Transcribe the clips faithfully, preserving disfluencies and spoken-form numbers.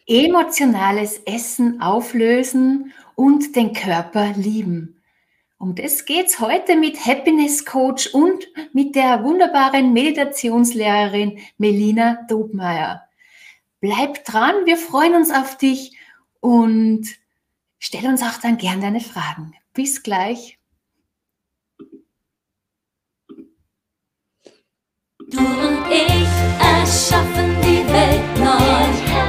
Emotionales Essen auflösen und den Körper lieben. Um das geht's heute mit Happiness Coach und mit der wunderbaren Meditationslehrerin Melina Dobmeier. Bleib dran, wir freuen uns auf dich und stell uns auch dann gern deine Fragen. Bis gleich. Du und ich erschaffen die Welt neu.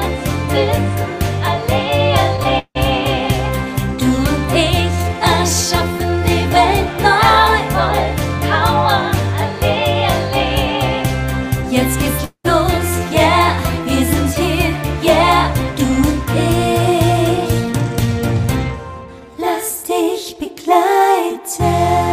Alle, alle. Du und ich erschaffen die Welt neu. Power, alle, alle. Jetzt geht's los, yeah, wir sind hier, yeah, du und ich. Lass dich begleiten.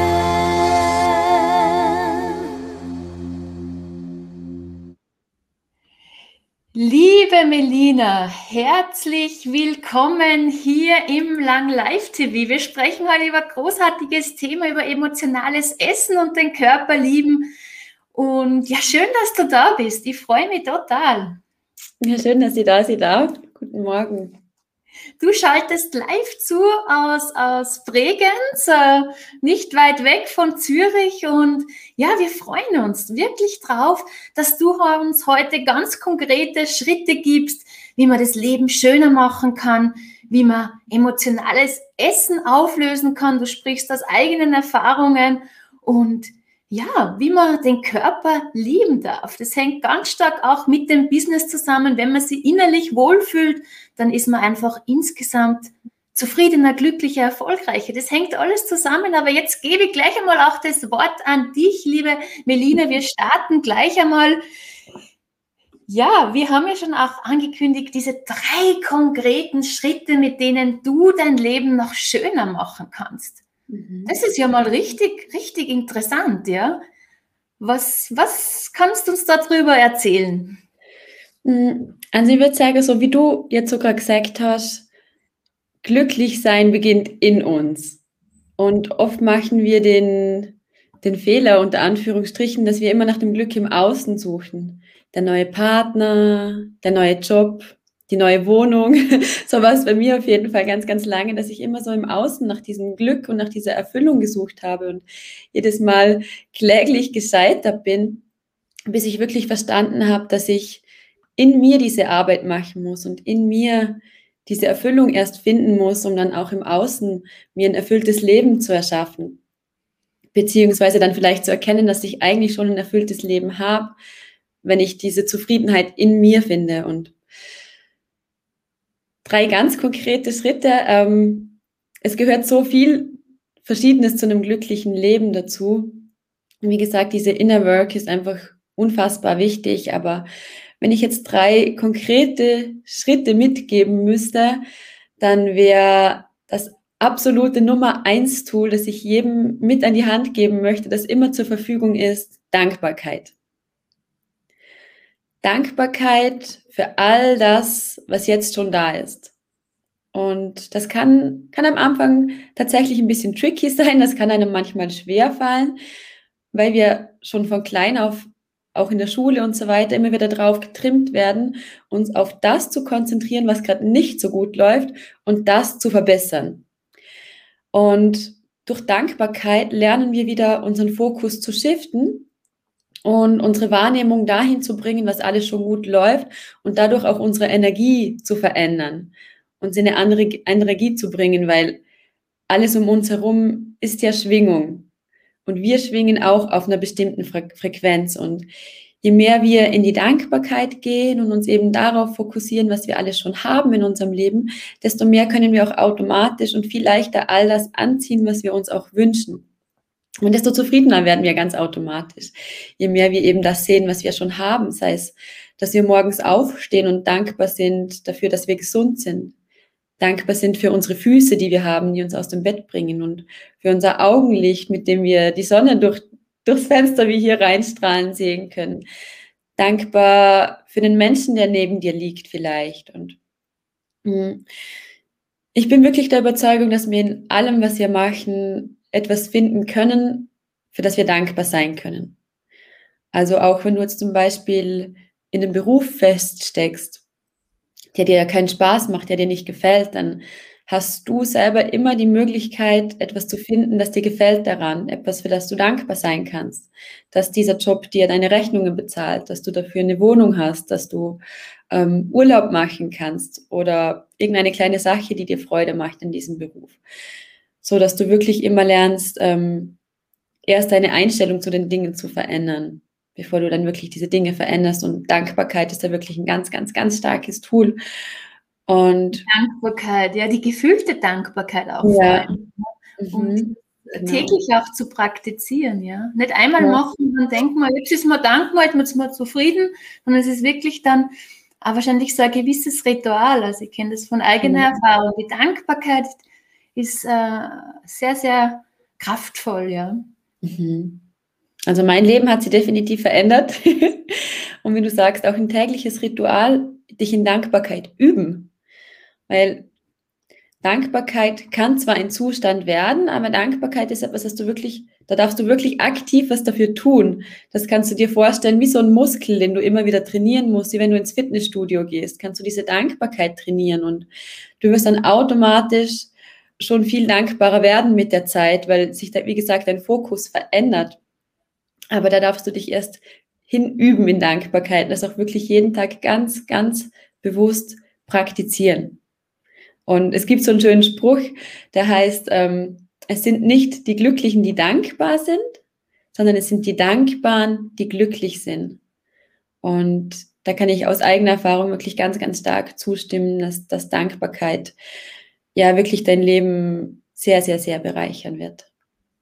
Liebe Melina, herzlich willkommen hier im Lang Live T V. Wir sprechen heute über ein großartiges Thema, über emotionales Essen und den Körper lieben. Und ja, schön, dass du da bist. Ich freue mich total. Ja, schön, dass ich da sein darf. Guten Morgen. Du schaltest live zu aus, aus Bregenz, äh, nicht weit weg von Zürich. Und ja, wir freuen uns wirklich drauf, dass du uns heute ganz konkrete Schritte gibst, wie man das Leben schöner machen kann, wie man emotionales Essen auflösen kann. Du sprichst aus eigenen Erfahrungen und ja, wie man den Körper lieben darf. Das hängt ganz stark auch mit dem Business zusammen. Wenn man sich innerlich wohlfühlt, dann ist man einfach insgesamt zufriedener, glücklicher, erfolgreicher. Das hängt alles zusammen. Aber jetzt gebe ich gleich einmal auch das Wort an dich, liebe Melina. Wir starten gleich einmal. Ja, wir haben ja schon auch angekündigt, diese drei konkreten Schritte, mit denen du dein Leben noch schöner machen kannst. Mhm. Das ist ja mal richtig, richtig interessant, ja. Was, was kannst du uns darüber erzählen? Also ich würde sagen, so wie du jetzt sogar gesagt hast, glücklich sein beginnt in uns. Und oft machen wir den, den Fehler, unter Anführungsstrichen, dass wir immer nach dem Glück im Außen suchen. Der neue Partner, der neue Job, die neue Wohnung. So war es bei mir auf jeden Fall ganz, ganz lange, dass ich immer so im Außen nach diesem Glück und nach dieser Erfüllung gesucht habe und jedes Mal kläglich gescheitert bin, bis ich wirklich verstanden habe, dass ich in mir diese Arbeit machen muss und in mir diese Erfüllung erst finden muss, um dann auch im Außen mir ein erfülltes Leben zu erschaffen. Beziehungsweise dann vielleicht zu erkennen, dass ich eigentlich schon ein erfülltes Leben habe, wenn ich diese Zufriedenheit in mir finde. Und drei ganz konkrete Schritte. Ähm, es gehört so viel Verschiedenes zu einem glücklichen Leben dazu. Und wie gesagt, diese Inner Work ist einfach unfassbar wichtig, aber wenn ich jetzt drei konkrete Schritte mitgeben müsste, dann wäre das absolute Nummer eins Tool, das ich jedem mit an die Hand geben möchte, das immer zur Verfügung ist, Dankbarkeit. Dankbarkeit für all das, was jetzt schon da ist. Und das kann, kann am Anfang tatsächlich ein bisschen tricky sein, das kann einem manchmal schwer fallen, weil wir schon von klein auf auch in der Schule und so weiter immer wieder drauf getrimmt werden, uns auf das zu konzentrieren, was gerade nicht so gut läuft und das zu verbessern. Und durch Dankbarkeit lernen wir wieder unseren Fokus zu shiften und unsere Wahrnehmung dahin zu bringen, was alles schon gut läuft und dadurch auch unsere Energie zu verändern, uns in eine andere Energie zu bringen, weil alles um uns herum ist ja Schwingung. Und wir schwingen auch auf einer bestimmten Fre- Frequenz. Und je mehr wir in die Dankbarkeit gehen und uns eben darauf fokussieren, was wir alles schon haben in unserem Leben, desto mehr können wir auch automatisch und viel leichter all das anziehen, was wir uns auch wünschen. Und desto zufriedener werden wir ganz automatisch, je mehr wir eben das sehen, was wir schon haben. Sei es, dass wir morgens aufstehen und dankbar sind dafür, dass wir gesund sind. Dankbar sind für unsere Füße, die wir haben, die uns aus dem Bett bringen und für unser Augenlicht, mit dem wir die Sonne durch, durchs Fenster wie hier reinstrahlen sehen können. Dankbar für den Menschen, der neben dir liegt vielleicht. Und mh, ich bin wirklich der Überzeugung, dass wir in allem, was wir machen, etwas finden können, für das wir dankbar sein können. Also auch wenn du jetzt zum Beispiel in einem Beruf feststeckst, der dir keinen Spaß macht, der dir nicht gefällt, dann hast du selber immer die Möglichkeit, etwas zu finden, das dir gefällt daran, etwas, für das du dankbar sein kannst, dass dieser Job dir deine Rechnungen bezahlt, dass du dafür eine Wohnung hast, dass du ähm, Urlaub machen kannst oder irgendeine kleine Sache, die dir Freude macht in diesem Beruf. So dass du wirklich immer lernst, ähm, erst deine Einstellung zu den Dingen zu verändern, bevor du dann wirklich diese Dinge veränderst. Und Dankbarkeit ist da wirklich ein ganz, ganz, ganz starkes Tool. Und Dankbarkeit, ja, die gefühlte Dankbarkeit auch vor ja, allem. mhm, Und genau. täglich auch zu praktizieren, ja. Nicht einmal Ja. machen, dann denken wir, jetzt ist man dankbar, jetzt ist man zufrieden, sondern es ist wirklich dann auch wahrscheinlich so ein gewisses Ritual. Also ich kenne das von eigener Mhm. Erfahrung. Die Dankbarkeit ist äh, sehr, sehr kraftvoll, ja. Mhm. Also mein Leben hat sie definitiv verändert. Und wie du sagst, auch ein tägliches Ritual, dich in Dankbarkeit üben. Weil Dankbarkeit kann zwar ein Zustand werden, aber Dankbarkeit ist etwas, das du wirklich, da darfst du wirklich aktiv was dafür tun. Das kannst du dir vorstellen wie so ein Muskel, den du immer wieder trainieren musst, wie wenn du ins Fitnessstudio gehst, kannst du diese Dankbarkeit trainieren und du wirst dann automatisch schon viel dankbarer werden mit der Zeit, weil sich da, wie gesagt, dein Fokus verändert. Aber da darfst du dich erst hinüben in Dankbarkeit, das auch wirklich jeden Tag ganz, ganz bewusst praktizieren. Und es gibt so einen schönen Spruch, der heißt, ähm, es sind nicht die Glücklichen, die dankbar sind, sondern es sind die Dankbaren, die glücklich sind. Und da kann ich aus eigener Erfahrung wirklich ganz, ganz stark zustimmen, dass, dass Dankbarkeit ja wirklich dein Leben sehr, sehr, sehr bereichern wird.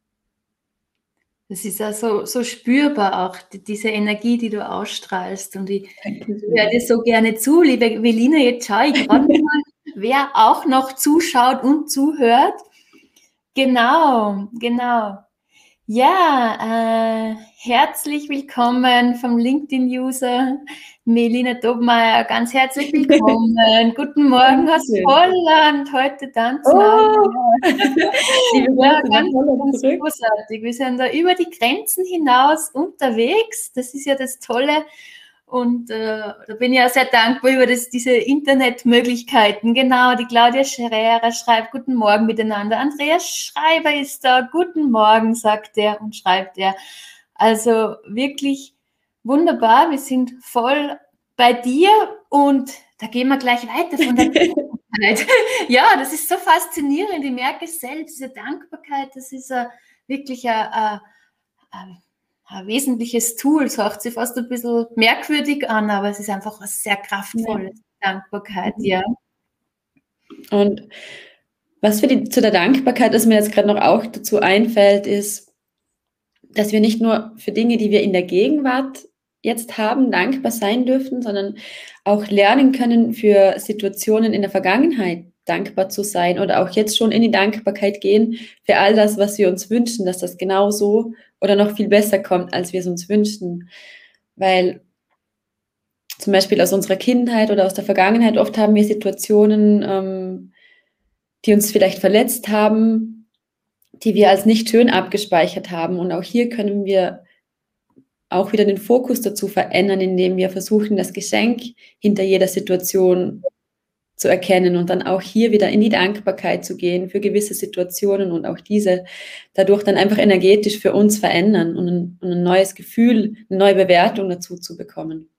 Das ist ja so, so spürbar auch, die, diese Energie, die du ausstrahlst. Und ich höre dir so gerne zu, liebe Velina, jetzt schaue ich gerade mal, wer auch noch zuschaut und zuhört. Genau, genau. Ja, äh, herzlich willkommen vom LinkedIn-User Melina Dobmeier. Ganz herzlich willkommen. Guten Morgen aus Holland. Heute tanzen Oh. alle. Ja, ganz, ganz zurück. großartig. Wir sind da über die Grenzen hinaus unterwegs. Das ist ja das Tolle. Und äh, da bin ich auch sehr dankbar über das, diese Internetmöglichkeiten. Genau, die Claudia Scherer schreibt Guten Morgen miteinander. Andreas Schreiber ist da. Guten Morgen, sagt er und schreibt er. Also wirklich wunderbar. Wir sind voll bei dir und da gehen wir gleich weiter von der Dankbarkeit. Ja, das ist so faszinierend. Ich merke es selbst, diese Dankbarkeit, das ist uh, wirklich ein uh, ein wesentliches Tool. Es hört sich fast ein bisschen merkwürdig an, aber es ist einfach was sehr Kraftvolles, ja. Dankbarkeit, ja. Und was für die, zu der Dankbarkeit, das mir jetzt gerade noch auch dazu einfällt, ist, dass wir nicht nur für Dinge, die wir in der Gegenwart jetzt haben, dankbar sein dürfen, sondern auch lernen können, für Situationen in der Vergangenheit dankbar zu sein oder auch jetzt schon in die Dankbarkeit gehen für all das, was wir uns wünschen, dass das genau so oder noch viel besser kommt, als wir es uns wünschen. Weil zum Beispiel aus unserer Kindheit oder aus der Vergangenheit oft haben wir Situationen, ähm, die uns vielleicht verletzt haben, die wir als nicht schön abgespeichert haben. Und auch hier können wir auch wieder den Fokus dazu verändern, indem wir versuchen, das Geschenk hinter jeder Situation zu erkennen und dann auch hier wieder in die Dankbarkeit zu gehen für gewisse Situationen und auch diese dadurch dann einfach energetisch für uns verändern und ein, und ein neues Gefühl, eine neue Bewertung dazu zu bekommen.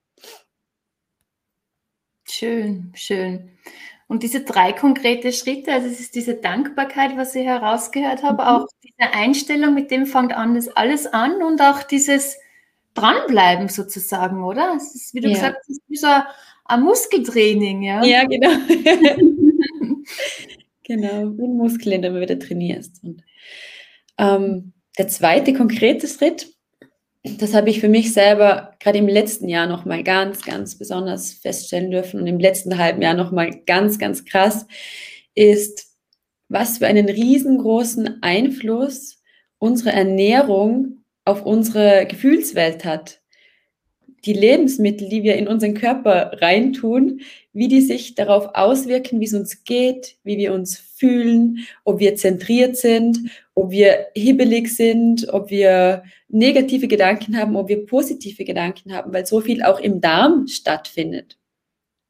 Schön, schön. Und diese drei konkrete Schritte, also es ist diese Dankbarkeit, was ich herausgehört habe, mhm. auch diese Einstellung, mit dem fängt an, das alles an und auch dieses Dranbleiben sozusagen, oder? Es ist, wie du ja. gesagt hast, es ist wie so ein, ein Muskeltraining, ja? Ja, genau. Genau, wie ein Muskel, den du immer wieder trainierst. Und, ähm, der zweite konkrete Schritt, das habe ich für mich selber gerade im letzten Jahr nochmal ganz, ganz besonders feststellen dürfen und im letzten halben Jahr nochmal ganz, ganz krass, ist, was für einen riesengroßen Einfluss unsere Ernährung auf unsere Gefühlswelt hat. Die Lebensmittel, die wir in unseren Körper reintun, wie die sich darauf auswirken, wie es uns geht, wie wir uns fühlen, ob wir zentriert sind, ob wir hibbelig sind, ob wir negative Gedanken haben, ob wir positive Gedanken haben, weil so viel auch im Darm stattfindet.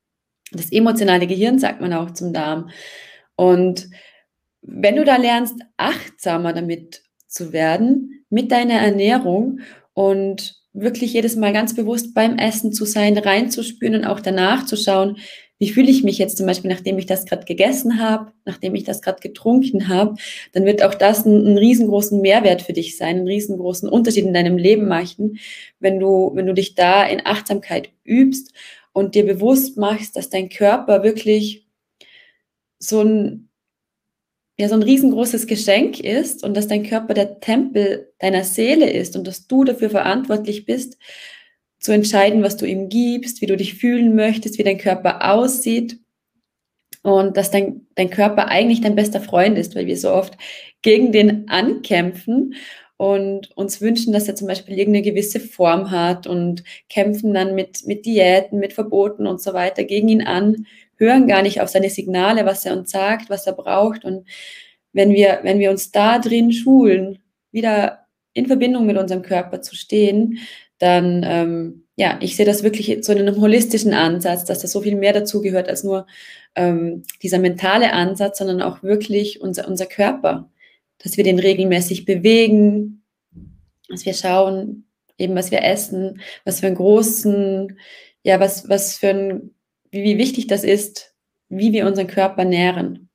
Das emotionale Gehirn sagt man auch zum Darm. Und wenn du da lernst, achtsamer damit zu werden, mit deiner Ernährung und wirklich jedes Mal ganz bewusst beim Essen zu sein, reinzuspüren und auch danach zu schauen, wie fühle ich mich jetzt zum Beispiel, nachdem ich das gerade gegessen habe, nachdem ich das gerade getrunken habe, dann wird auch das einen, einen riesengroßen Mehrwert für dich sein, einen riesengroßen Unterschied in deinem Leben machen, wenn du, wenn du dich da in Achtsamkeit übst und dir bewusst machst, dass dein Körper wirklich so ein, ja, so ein riesengroßes Geschenk ist und dass dein Körper der Tempel deiner Seele ist und dass du dafür verantwortlich bist, zu entscheiden, was du ihm gibst, wie du dich fühlen möchtest, wie dein Körper aussieht und dass dein, dein Körper eigentlich dein bester Freund ist, weil wir so oft gegen den ankämpfen und uns wünschen, dass er zum Beispiel irgendeine gewisse Form hat und kämpfen dann mit, mit Diäten, mit Verboten und so weiter gegen ihn an, hören gar nicht auf seine Signale, was er uns sagt, was er braucht. Und wenn wir, wenn wir uns da drin schulen, wieder in Verbindung mit unserem Körper zu stehen, dann, ähm, ja, ich sehe das wirklich so in einem holistischen Ansatz, dass da so viel mehr dazu gehört als nur ähm, dieser mentale Ansatz, sondern auch wirklich unser, unser Körper, dass wir den regelmäßig bewegen, dass wir schauen, eben was wir essen, was für einen großen, ja, was, was für ein, wie, wie wichtig das ist, wie wir unseren Körper nähren.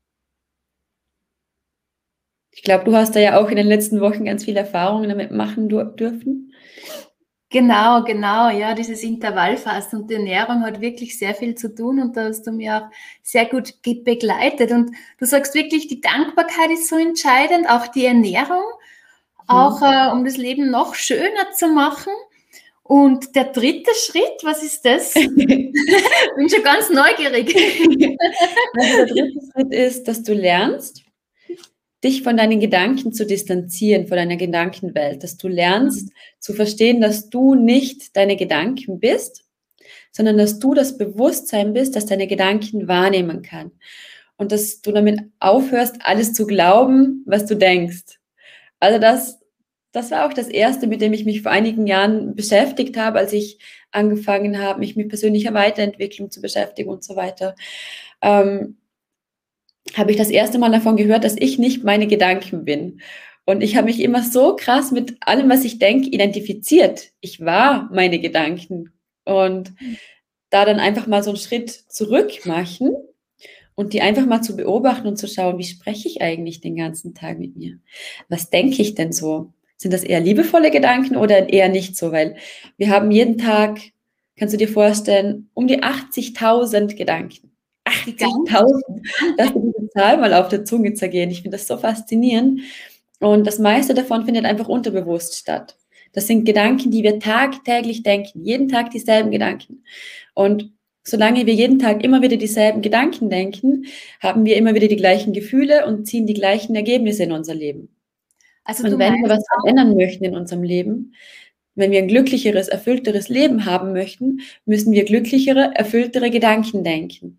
Ich glaube, du hast da ja auch in den letzten Wochen ganz viele Erfahrungen damit machen dürfen. Genau, genau, ja, dieses Intervallfasten und die Ernährung hat wirklich sehr viel zu tun und da hast du mir auch sehr gut begleitet und du sagst wirklich, die Dankbarkeit ist so entscheidend, auch die Ernährung, mhm. auch äh, um das Leben noch schöner zu machen. Und der dritte Schritt, was ist das? Ich bin schon ganz neugierig. Also der dritte Schritt ist, dass du lernst, dich von deinen Gedanken zu distanzieren, von deiner Gedankenwelt, dass du lernst mhm. zu verstehen, dass du nicht deine Gedanken bist, sondern dass du das Bewusstsein bist, das deine Gedanken wahrnehmen kann. Und dass du damit aufhörst, alles zu glauben, was du denkst. Also das, das war auch das Erste, mit dem ich mich vor einigen Jahren beschäftigt habe, als ich angefangen habe, mich mit persönlicher Weiterentwicklung zu beschäftigen und so weiter. Ähm, habe ich das erste Mal davon gehört, dass ich nicht meine Gedanken bin. Und ich habe mich immer so krass mit allem, was ich denke, identifiziert. Ich war meine Gedanken. Und da dann einfach mal so einen Schritt zurück machen und die einfach mal zu beobachten und zu schauen, wie spreche ich eigentlich den ganzen Tag mit mir? Was denke ich denn so? Sind das eher liebevolle Gedanken oder eher nicht so? Weil wir haben jeden Tag, kannst du dir vorstellen, um die achtzigtausend Gedanken. achtzigtausend, dass wir diese Zahl mal auf der Zunge zergehen. Ich finde das so faszinierend. Und das meiste davon findet einfach unterbewusst statt. Das sind Gedanken, die wir tagtäglich denken. Jeden Tag dieselben Gedanken. Und solange wir jeden Tag immer wieder dieselben Gedanken denken, haben wir immer wieder die gleichen Gefühle und ziehen die gleichen Ergebnisse in unser Leben. Also und wenn wir was verändern möchten in unserem Leben, wenn wir ein glücklicheres, erfüllteres Leben haben möchten, müssen wir glücklichere, erfülltere Gedanken denken.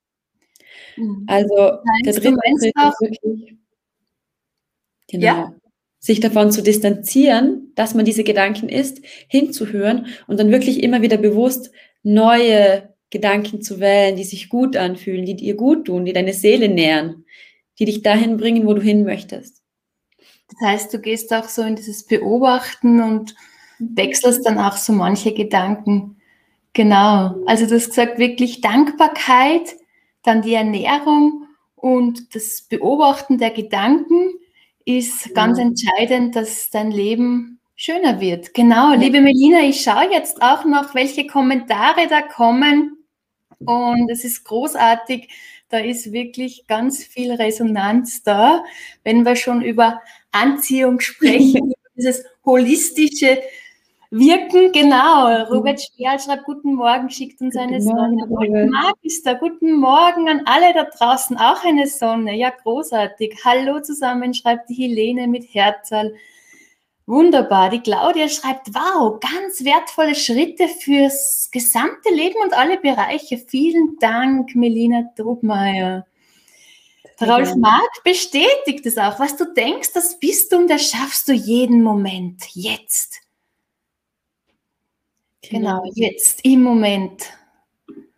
Also der dritte Schritt ist wirklich, genau, ja? sich davon zu distanzieren, dass man diese Gedanken ist, hinzuhören und dann wirklich immer wieder bewusst neue Gedanken zu wählen, die sich gut anfühlen, die dir gut tun, die deine Seele nähren, die dich dahin bringen, wo du hin möchtest. Das heißt, du gehst auch so in dieses Beobachten und wechselst dann auch so manche Gedanken. Genau, also du hast gesagt, wirklich Dankbarkeit, dann die Ernährung und das Beobachten der Gedanken ist ganz ja. entscheidend, dass dein Leben schöner wird. Genau, ja. Liebe Melina, ich schaue jetzt auch noch, welche Kommentare da kommen und es ist großartig, da ist wirklich ganz viel Resonanz da, wenn wir schon über Anziehung sprechen, über dieses holistische Wirken, genau. Robert Speer schreibt, guten Morgen, schickt uns eine Sonne. Marc ist da, guten Morgen an alle da draußen, auch eine Sonne. Ja, großartig. Hallo zusammen, schreibt die Helene mit Herzal. Wunderbar. Die Claudia schreibt, wow, ganz wertvolle Schritte fürs gesamte Leben und alle Bereiche. Vielen Dank, Melina Trubmeier. Rolf Mark bestätigt es auch. Was du denkst, das bist du und das schaffst du jeden Moment. Jetzt. Genau, jetzt, im Moment.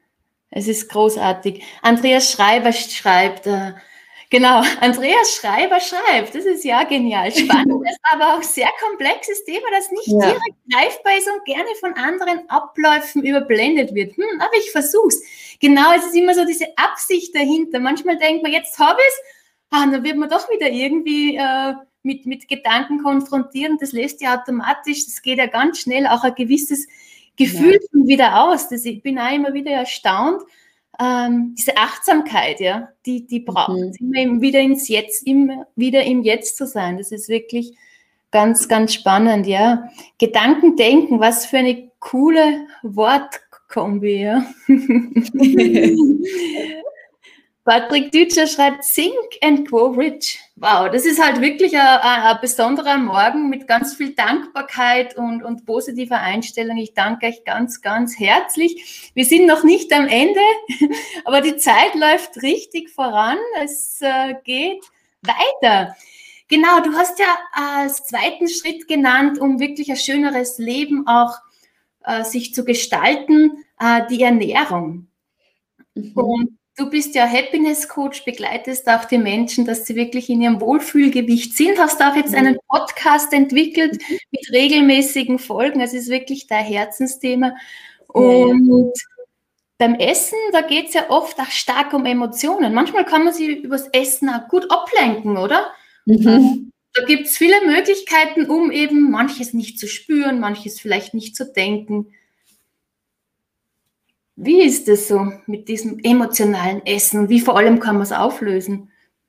Es ist großartig. Andreas Schreiber schreibt, äh, genau, Andreas Schreiber schreibt, das ist ja genial. Spannendes, aber auch sehr komplexes Thema, das nicht Ja. direkt greifbar ist und gerne von anderen Abläufen überblendet wird. Hm, aber ich versuch's. Genau, es ist immer so diese Absicht dahinter. Manchmal denkt man, jetzt habe ich's, ah, und dann wird man doch wieder irgendwie äh, mit, mit Gedanken konfrontiert und das löst ja automatisch, das geht ja ganz schnell, auch ein gewisses Gefühl ja. wieder aus. Das, ich bin auch immer wieder erstaunt, ähm, diese Achtsamkeit, ja, die, die braucht mhm. immer eben wieder ins Jetzt, immer wieder im Jetzt zu sein. Das ist wirklich ganz, ganz spannend, ja. Gedanken denken, was für eine coole Wortkombi, ja. Patrick Dütscher schreibt, Think and Grow Rich. Wow, das ist halt wirklich ein, ein, ein besonderer Morgen mit ganz viel Dankbarkeit und, und positiver Einstellung. Ich danke euch ganz, ganz herzlich. Wir sind noch nicht am Ende, aber die Zeit läuft richtig voran. Es äh, geht weiter. Genau, du hast ja als zweiten Schritt genannt, um wirklich ein schöneres Leben auch äh, sich zu gestalten, äh, die Ernährung. Mhm. Und du bist ja Happiness Coach, begleitest auch die Menschen, dass sie wirklich in ihrem Wohlfühlgewicht sind. Hast auch jetzt einen Podcast entwickelt mit regelmäßigen Folgen. Es ist wirklich dein Herzensthema. Und beim Essen, da geht es ja oft auch stark um Emotionen. Manchmal kann man sich übers Essen auch gut ablenken, oder? Mhm. Da gibt es viele Möglichkeiten, um eben manches nicht zu spüren, manches vielleicht nicht zu denken. Wie ist es so mit diesem emotionalen Essen? Wie vor allem kann man es auflösen?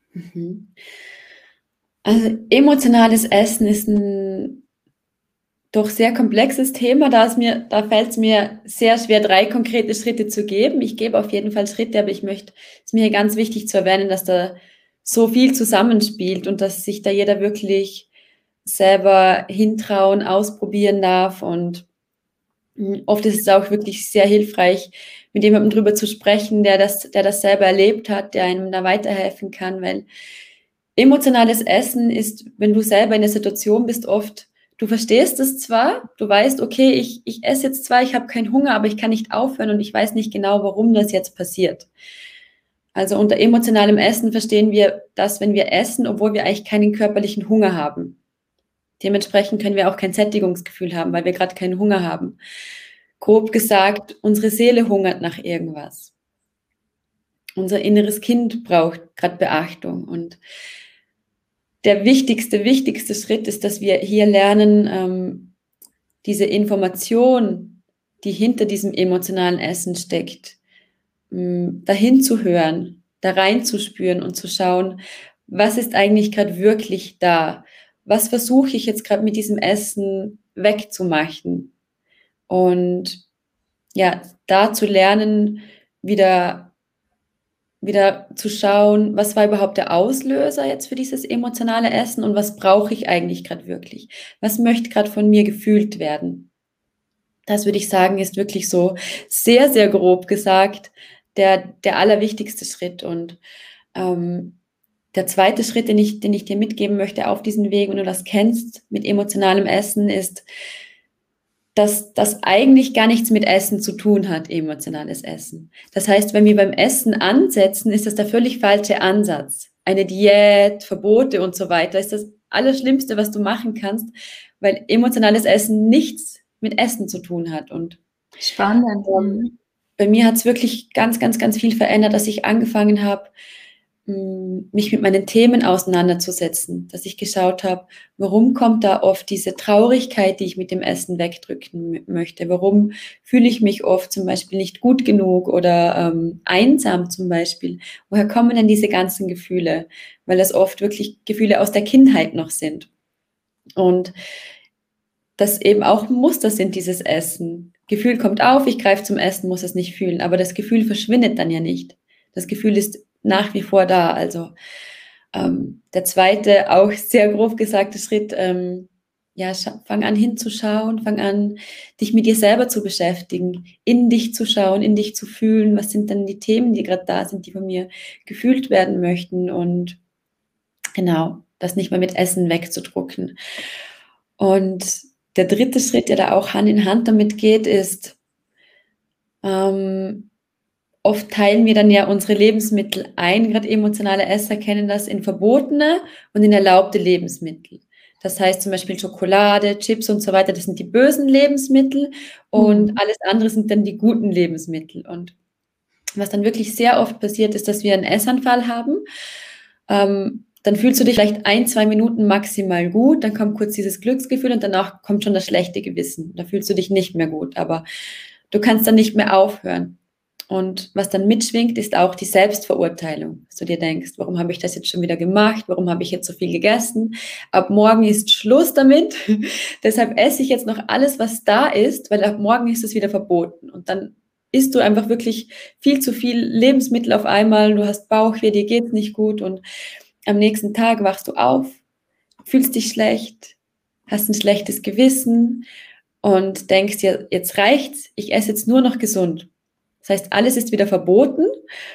Also emotionales Essen ist ein doch sehr komplexes Thema. Da, ist mir, da fällt es mir sehr schwer, drei konkrete Schritte zu geben. Ich gebe auf jeden Fall Schritte, aber ich möchte, es ist mir hier ganz wichtig zu erwähnen, dass da so viel zusammenspielt und dass sich da jeder wirklich selber hintrauen, ausprobieren darf. Und oft ist es auch wirklich sehr hilfreich, mit jemandem drüber zu sprechen, der das, der das selber erlebt hat, der einem da weiterhelfen kann, weil emotionales Essen ist, wenn du selber in der Situation bist, oft, du verstehst es zwar, du weißt, okay, ich, ich esse jetzt zwar, ich habe keinen Hunger, aber ich kann nicht aufhören und ich weiß nicht genau, warum das jetzt passiert. Also unter emotionalem Essen verstehen wir das, wenn wir essen, obwohl wir eigentlich keinen körperlichen Hunger haben. Dementsprechend können wir auch kein Sättigungsgefühl haben, weil wir gerade keinen Hunger haben. Grob gesagt, unsere Seele hungert nach irgendwas. Unser inneres Kind braucht gerade Beachtung. Und der wichtigste, wichtigste Schritt ist, dass wir hier lernen, ähm, diese Information, die hinter diesem emotionalen Essen steckt, ähm, dahin zu hören, da reinzuspüren und zu schauen, was ist eigentlich gerade wirklich da? Was versuche ich jetzt gerade mit diesem Essen wegzumachen? Und ja, da zu lernen, wieder, wieder zu schauen, was war überhaupt der Auslöser jetzt für dieses emotionale Essen und was brauche ich eigentlich gerade wirklich? Was möchte gerade von mir gefühlt werden? Das würde ich sagen, ist wirklich so sehr, sehr grob gesagt der, der allerwichtigste Schritt. Und ähm, der zweite Schritt, den ich, den ich dir mitgeben möchte auf diesen Weg, wenn du das kennst mit emotionalem Essen, ist, dass das eigentlich gar nichts mit Essen zu tun hat, emotionales Essen. Das heißt, wenn wir beim Essen ansetzen, ist das der völlig falsche Ansatz. Eine Diät, Verbote und so weiter ist das Allerschlimmste, was du machen kannst, weil emotionales Essen nichts mit Essen zu tun hat. Und spannend. Ähm, bei mir hat es wirklich ganz, ganz, ganz viel verändert, dass ich angefangen habe, mich mit meinen Themen auseinanderzusetzen, dass ich geschaut habe, warum kommt da oft diese Traurigkeit, die ich mit dem Essen wegdrücken möchte? Warum fühle ich mich oft zum Beispiel nicht gut genug oder ähm, einsam zum Beispiel? Woher kommen denn diese ganzen Gefühle? Weil das oft wirklich Gefühle aus der Kindheit noch sind. Und das eben auch Muster sind, dieses Essen. Gefühl kommt auf, ich greife zum Essen, muss es nicht fühlen, aber das Gefühl verschwindet dann ja nicht. Das Gefühl ist nach wie vor da. Also ähm, der zweite, auch sehr grob gesagte Schritt, ähm, ja, fang an hinzuschauen, fang an, dich mit dir selber zu beschäftigen, in dich zu schauen, in dich zu fühlen, was sind denn die Themen, die gerade da sind, die von mir gefühlt werden möchten und genau, das nicht mehr mit Essen wegzudrucken. Und der dritte Schritt, der da auch Hand in Hand damit geht, ist, ähm, oft teilen wir dann ja unsere Lebensmittel ein, gerade emotionale Esser kennen das, in verbotene und in erlaubte Lebensmittel. Das heißt zum Beispiel Schokolade, Chips und so weiter, das sind die bösen Lebensmittel und Mhm. alles andere sind dann die guten Lebensmittel. Und was dann wirklich sehr oft passiert, ist, dass wir einen Essanfall haben. Ähm, dann fühlst du dich vielleicht ein, zwei Minuten maximal gut, dann kommt kurz dieses Glücksgefühl und danach kommt schon das schlechte Gewissen. Da fühlst du dich nicht mehr gut, aber du kannst dann nicht mehr aufhören. Und was dann mitschwingt, ist auch die Selbstverurteilung, dass du dir denkst, warum habe ich das jetzt schon wieder gemacht? Warum habe ich jetzt so viel gegessen? Ab morgen ist Schluss damit. Deshalb esse ich jetzt noch alles, was da ist, weil ab morgen ist es wieder verboten. Und dann isst du einfach wirklich viel zu viel Lebensmittel auf einmal. Du hast Bauchweh, dir geht's nicht gut und am nächsten Tag wachst du auf, fühlst dich schlecht, hast ein schlechtes Gewissen und denkst dir, jetzt reicht's, ich esse jetzt nur noch gesund. Das heißt, alles ist wieder verboten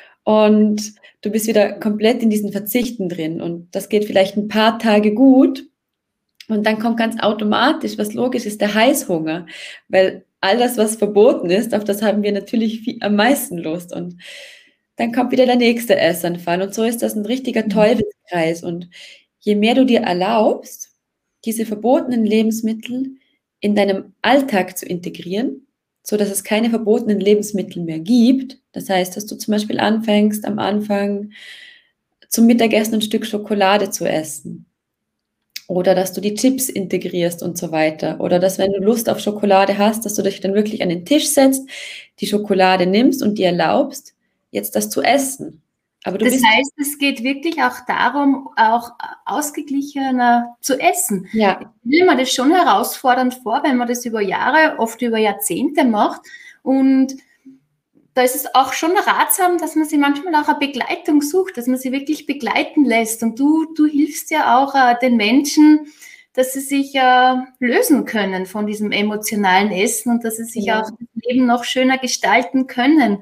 und du bist wieder komplett in diesen Verzichten drin. Und das geht vielleicht ein paar Tage gut. Und dann kommt ganz automatisch, was logisch ist, der Heißhunger. Weil all das, was verboten ist, auf das haben wir natürlich viel, am meisten Lust. Und dann kommt wieder der nächste Essanfall. Und so ist das ein richtiger Teufelskreis. Und je mehr du dir erlaubst, diese verbotenen Lebensmittel in deinem Alltag zu integrieren, so dass es keine verbotenen Lebensmittel mehr gibt. Das heißt, dass du zum Beispiel anfängst, am Anfang zum Mittagessen ein Stück Schokolade zu essen. Oder dass du die Chips integrierst und so weiter. Oder dass, wenn du Lust auf Schokolade hast, dass du dich dann wirklich an den Tisch setzt, die Schokolade nimmst und dir erlaubst, jetzt das zu essen. Aber du Das bist heißt, es geht wirklich auch darum, auch ausgeglichener zu essen. ja, Ich stelle mir das schon herausfordernd vor, wenn man das über Jahre, oft über Jahrzehnte macht. Und da ist es auch schon ratsam, dass man sich manchmal auch eine Begleitung sucht, dass man sie wirklich begleiten lässt. Und du, du hilfst ja auch äh, den Menschen, dass sie sich äh, lösen können von diesem emotionalen Essen und dass sie sich ja. auch das Leben noch schöner gestalten können.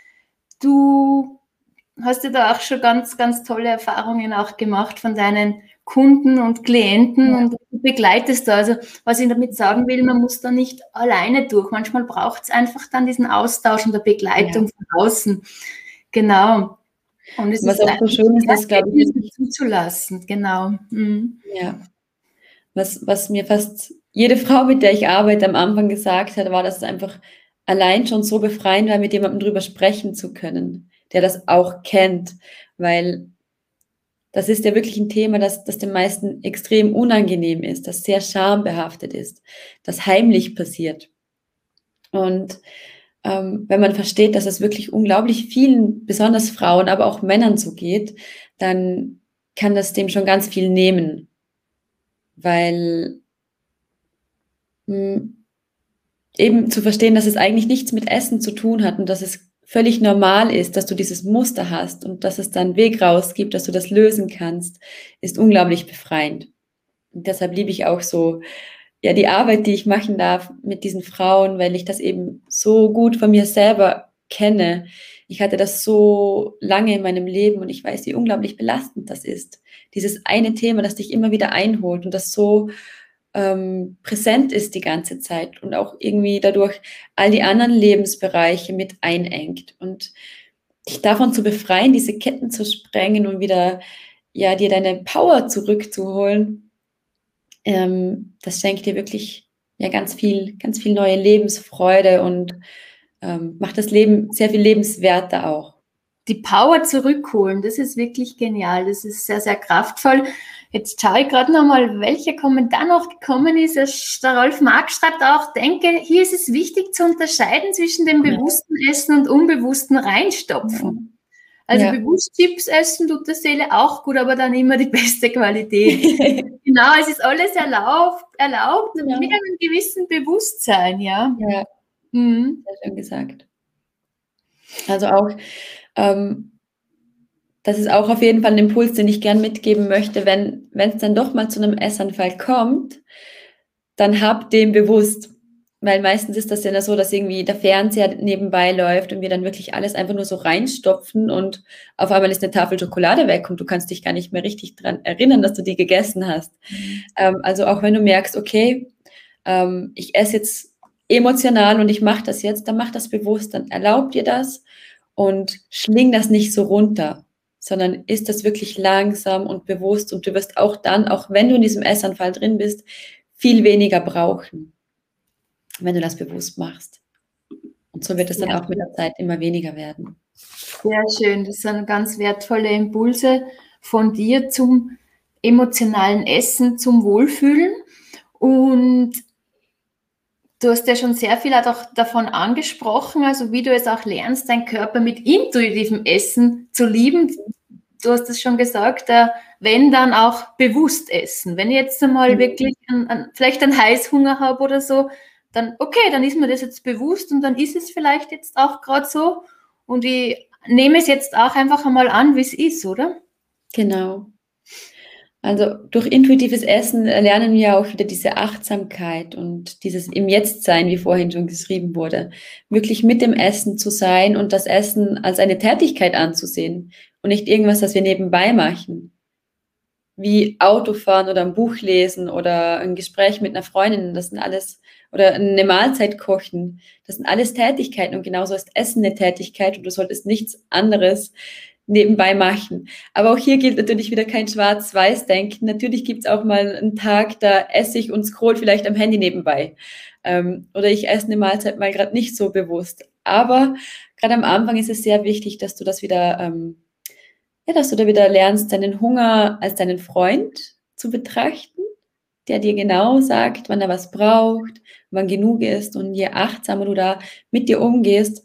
Du hast ja da auch schon ganz, ganz tolle Erfahrungen auch gemacht von deinen Kunden und Klienten Ja. und du begleitest da. Also was ich damit sagen will, man muss da nicht alleine durch. Manchmal braucht es einfach dann diesen Austausch und der Begleitung Ja. von außen. Genau. Und es Was ist auch so schön ist, dass, glaube ich, Ergebnisse zuzulassen. Genau. Mhm. ja, was, was mir fast jede Frau, mit der ich arbeite, am Anfang gesagt hat, war, dass es einfach allein schon so befreiend war, mit jemandem drüber sprechen zu können, der das auch kennt, weil das ist ja wirklich ein Thema, das, das den meisten extrem unangenehm ist, das sehr schambehaftet ist, das heimlich passiert. Und ähm, wenn man versteht, dass es wirklich unglaublich vielen, besonders Frauen, aber auch Männern so geht, dann kann das dem schon ganz viel nehmen, weil mh, eben zu verstehen, dass es eigentlich nichts mit Essen zu tun hat und dass es völlig normal ist, dass du dieses Muster hast und dass es dann einen Weg raus gibt, dass du das lösen kannst, ist unglaublich befreiend. Und deshalb liebe ich auch so, ja, die Arbeit, die ich machen darf mit diesen Frauen, weil ich das eben so gut von mir selber kenne. Ich hatte das so lange in meinem Leben und ich weiß, wie unglaublich belastend das ist. Dieses eine Thema, das dich immer wieder einholt und das so ähm, präsent ist die ganze Zeit und auch irgendwie dadurch all die anderen Lebensbereiche mit einengt. Und dich davon zu befreien, diese Ketten zu sprengen und wieder ja, dir deine Power zurückzuholen, ähm, das schenkt dir wirklich ja, ganz viel, ganz viel neue Lebensfreude und ähm, macht das Leben sehr viel lebenswerter auch. Die Power zurückholen, das ist wirklich genial. Das ist sehr, sehr kraftvoll. Jetzt schaue ich gerade nochmal, welcher Kommentar noch gekommen ist. Der Rolf Mark schreibt auch, denke, hier ist es wichtig zu unterscheiden zwischen dem bewussten Essen und unbewussten Reinstopfen. Also Ja. bewusst Chips essen tut der Seele auch gut, aber dann immer die beste Qualität. Genau, es ist alles erlaubt, erlaubt Ja. mit einem gewissen Bewusstsein, ja. Ja, Mhm. sehr schön gesagt. Also auch, ähm, das ist auch auf jeden Fall ein Impuls, den ich gern mitgeben möchte, wenn wenn es dann doch mal zu einem Essanfall kommt, dann hab dem bewusst. Weil meistens ist das ja so, dass irgendwie der Fernseher nebenbei läuft und wir dann wirklich alles einfach nur so reinstopfen und auf einmal ist eine Tafel Schokolade weg und du kannst dich gar nicht mehr richtig dran erinnern, dass du die gegessen hast. Mhm. Ähm, also auch wenn du merkst, okay, ähm, ich esse jetzt emotional und ich mache das jetzt, dann mach das bewusst, dann erlaub dir das und schling das nicht so runter, sondern isst das wirklich langsam und bewusst und du wirst auch dann, auch wenn du in diesem Essanfall drin bist, viel weniger brauchen, wenn du das bewusst machst. Und so wird es dann auch mit der Zeit immer weniger werden. Sehr schön, das sind ganz wertvolle Impulse von dir zum emotionalen Essen, zum Wohlfühlen. Und du hast ja schon sehr viel auch davon angesprochen, also wie du es auch lernst, deinen Körper mit intuitivem Essen zu lieben. Du hast es schon gesagt, wenn dann auch bewusst essen. Wenn ich jetzt einmal mhm. wirklich ein, ein, vielleicht einen Heißhunger habe oder so, dann okay, dann ist mir das jetzt bewusst und dann ist es vielleicht jetzt auch gerade so und ich nehme es jetzt auch einfach einmal an, wie es ist, oder? Genau. Also durch intuitives Essen lernen wir auch wieder diese Achtsamkeit und dieses im Jetzt-Sein, wie vorhin schon geschrieben wurde, wirklich mit dem Essen zu sein und das Essen als eine Tätigkeit anzusehen und nicht irgendwas, das wir nebenbei machen, wie Autofahren oder ein Buch lesen oder ein Gespräch mit einer Freundin, das sind alles, oder eine Mahlzeit kochen, das sind alles Tätigkeiten und genauso ist Essen eine Tätigkeit und du solltest nichts anderes nebenbei machen. Aber auch hier gilt natürlich wieder kein Schwarz-Weiß-Denken. Natürlich gibt es auch mal einen Tag, da esse ich und scroll vielleicht am Handy nebenbei. Ähm, oder ich esse eine Mahlzeit mal gerade nicht so bewusst. Aber gerade am Anfang ist es sehr wichtig, dass du das wieder, ähm, ja, dass du da wieder lernst, deinen Hunger als deinen Freund zu betrachten, der dir genau sagt, wann er was braucht, wann genug ist. Und je achtsamer du da mit dir umgehst,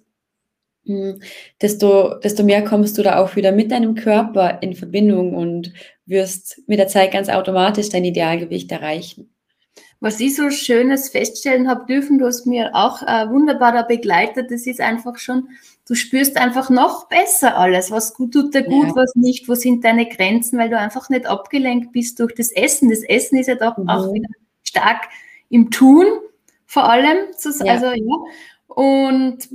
Desto, desto mehr kommst du da auch wieder mit deinem Körper in Verbindung und wirst mit der Zeit ganz automatisch dein Idealgewicht erreichen. Was ich so Schönes feststellen habe dürfen, du hast mir auch äh, wunderbar da begleitet, das ist einfach schon, du spürst einfach noch besser alles, was gut tut dir gut, ja. Was nicht, wo sind deine Grenzen, weil du einfach nicht abgelenkt bist durch das Essen. Das Essen ist ja doch mhm. auch wieder stark im Tun, vor allem, ja. Also ja, und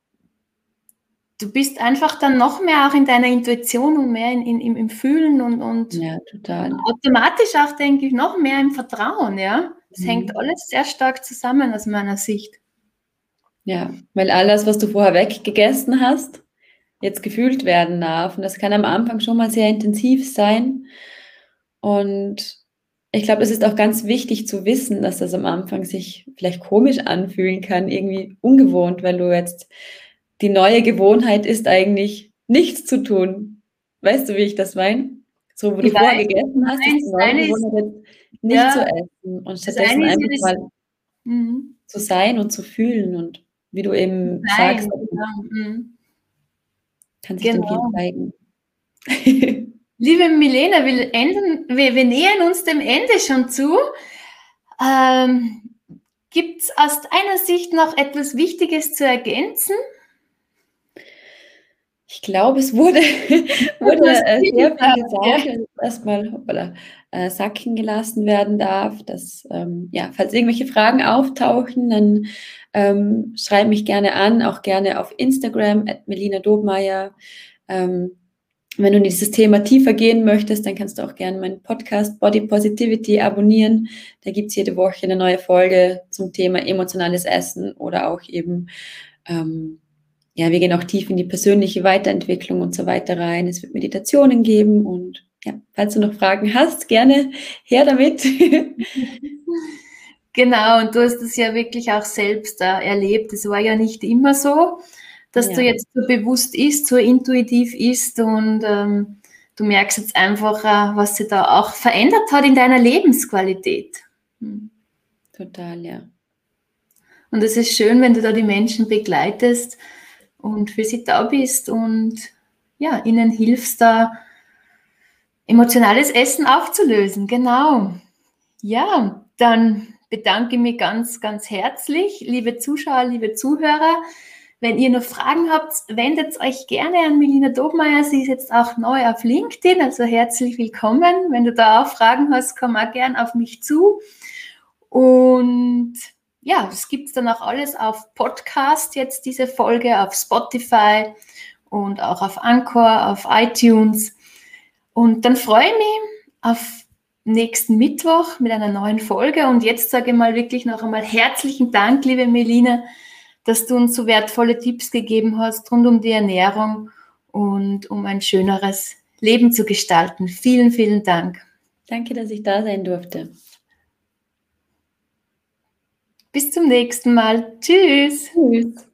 du bist einfach dann noch mehr auch in deiner Intuition und mehr in, in, im Fühlen und, und ja, total. automatisch auch, denke ich, noch mehr im Vertrauen, ja. Es mhm. hängt alles sehr stark zusammen aus meiner Sicht. Ja, weil alles, was du vorher weggegessen hast, jetzt gefühlt werden darf. Und das kann am Anfang schon mal sehr intensiv sein. Und ich glaube, es ist auch ganz wichtig zu wissen, dass das am Anfang sich vielleicht komisch anfühlen kann, irgendwie ungewohnt, weil du jetzt die neue Gewohnheit ist eigentlich, nichts zu tun. Weißt du, wie ich das meine? So, wo ich du vorher weiß, gegessen hast, ist die neue Gewohnheit jetzt nicht ja, zu essen und stattdessen einfach das, mal mhm. zu sein und zu fühlen und wie du eben Nein, sagst, genau. mhm. kann sich genau. dann viel zeigen. Liebe Milena, wir, enden, wir, wir nähern uns dem Ende schon zu. Ähm, gibt es aus deiner Sicht noch etwas Wichtiges zu ergänzen? Ich glaube, es wurde, wurde äh, sehr viel gesagt, dass erstmal hoppala, äh, sacken gelassen werden darf. Dass, ähm, ja, falls irgendwelche Fragen auftauchen, dann ähm, schreib mich gerne an, auch gerne auf Instagram at Melina Dobmeier. Ähm, wenn du in dieses Thema tiefer gehen möchtest, dann kannst du auch gerne meinen Podcast Body Positivity abonnieren. Da gibt es jede Woche eine neue Folge zum Thema emotionales Essen oder auch eben ähm, ja, wir gehen auch tief in die persönliche Weiterentwicklung und so weiter rein. Es wird Meditationen geben und ja, falls du noch Fragen hast, gerne her damit. Genau, und du hast es ja wirklich auch selbst äh, erlebt. Es war ja nicht immer so, dass ja. du jetzt so bewusst isst, so intuitiv isst und ähm, du merkst jetzt einfach, äh, was sich da auch verändert hat in deiner Lebensqualität. Hm. Total, ja. Und es ist schön, wenn du da die Menschen begleitest und für sie da bist und ja, ihnen hilfst, da emotionales Essen aufzulösen. Genau. Ja, dann bedanke ich mich ganz, ganz herzlich, liebe Zuschauer, liebe Zuhörer. Wenn ihr noch Fragen habt, wendet euch gerne an Melina Dobmeier. Sie ist jetzt auch neu auf LinkedIn, also herzlich willkommen. Wenn du da auch Fragen hast, komm auch gerne auf mich zu. Und ja, das gibt es dann auch alles auf Podcast, jetzt diese Folge auf Spotify und auch auf Anchor, auf iTunes. Und dann freue ich mich auf nächsten Mittwoch mit einer neuen Folge. Und jetzt sage ich mal wirklich noch einmal herzlichen Dank, liebe Melina, dass du uns so wertvolle Tipps gegeben hast rund um die Ernährung und um ein schöneres Leben zu gestalten. Vielen, vielen Dank. Danke, dass ich da sein durfte. Bis zum nächsten Mal. Tschüss. Tschüss.